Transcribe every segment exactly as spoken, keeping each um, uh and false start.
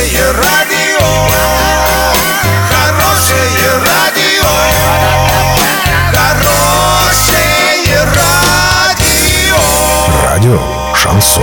Хорошее радио, хорошее радио, хорошее радио. Радио Шансон.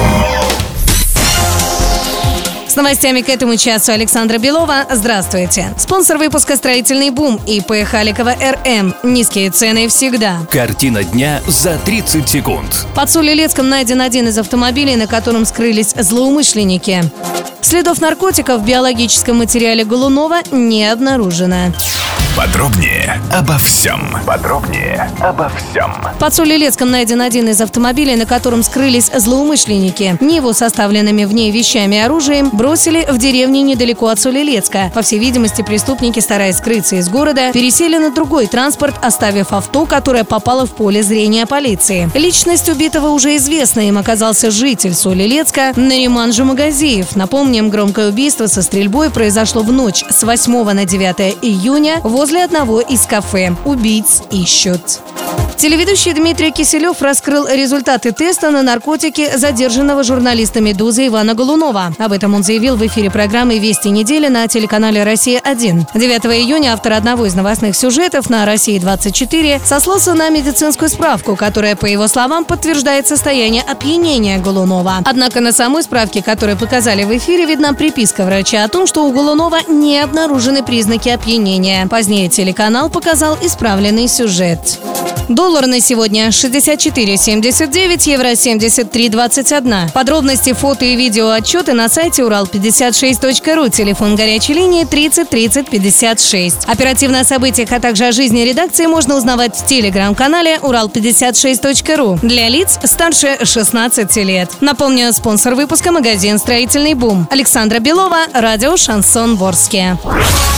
С новостями к этому часу Александра Белова. Здравствуйте. Спонсор выпуска «Строительный бум» ИП Халикова РМ. Низкие цены всегда. Картина дня за тридцать секунд. Под Соль-Илецком найден один из автомобилей, на котором скрылись злоумышленники. Следов наркотиков в биологическом материале Голунова не обнаружено. Подробнее обо всем. Подробнее обо всем. Под Соль-Илецком найден один из автомобилей, на котором скрылись злоумышленники. Ниву с оставленными в ней вещами и оружием бросили в деревне недалеко от Соль-Илецка. По всей видимости, преступники, стараясь скрыться из города, пересели на другой транспорт, оставив авто, которое попало в поле зрения полиции. Личность убитого уже известна. Им оказался житель Соль-Илецка Нариман Жумагазиев. Напомним, громкое убийство со стрельбой произошло в ночь с восьмого на девятое июня возле одного из кафе. Убийц ищут. Телеведущий Дмитрий Киселев раскрыл результаты теста на наркотики задержанного журналиста «Медузы» Ивана Голунова. Об этом он заявил в эфире программы «Вести недели» на телеканале «Россия-один». девятого июня автор одного из новостных сюжетов на «Россия-двадцать четыре» сослался на медицинскую справку, которая, по его словам, подтверждает состояние опьянения Голунова. Однако на самой справке, которую показали в эфире, видна приписка врача о том, что у Голунова не обнаружены признаки опьянения. Позднее телеканал показал исправленный сюжет. Доллар на сегодня шестьдесят четыре семьдесят девять, евро семьдесят три двадцать один. Подробности, фото и видео отчеты на сайте урал пятьдесят шесть точка ру, телефон горячей линии тридцать тридцать пятьдесят шесть. Оперативно о событиях, а также о жизни редакции можно узнавать в телеграм-канале урал пятьдесят шесть точка ру для лиц старше шестнадцати лет. Напомню, спонсор выпуска — магазин «Строительный бум». Александра Белова, радио «Шансон Ворске».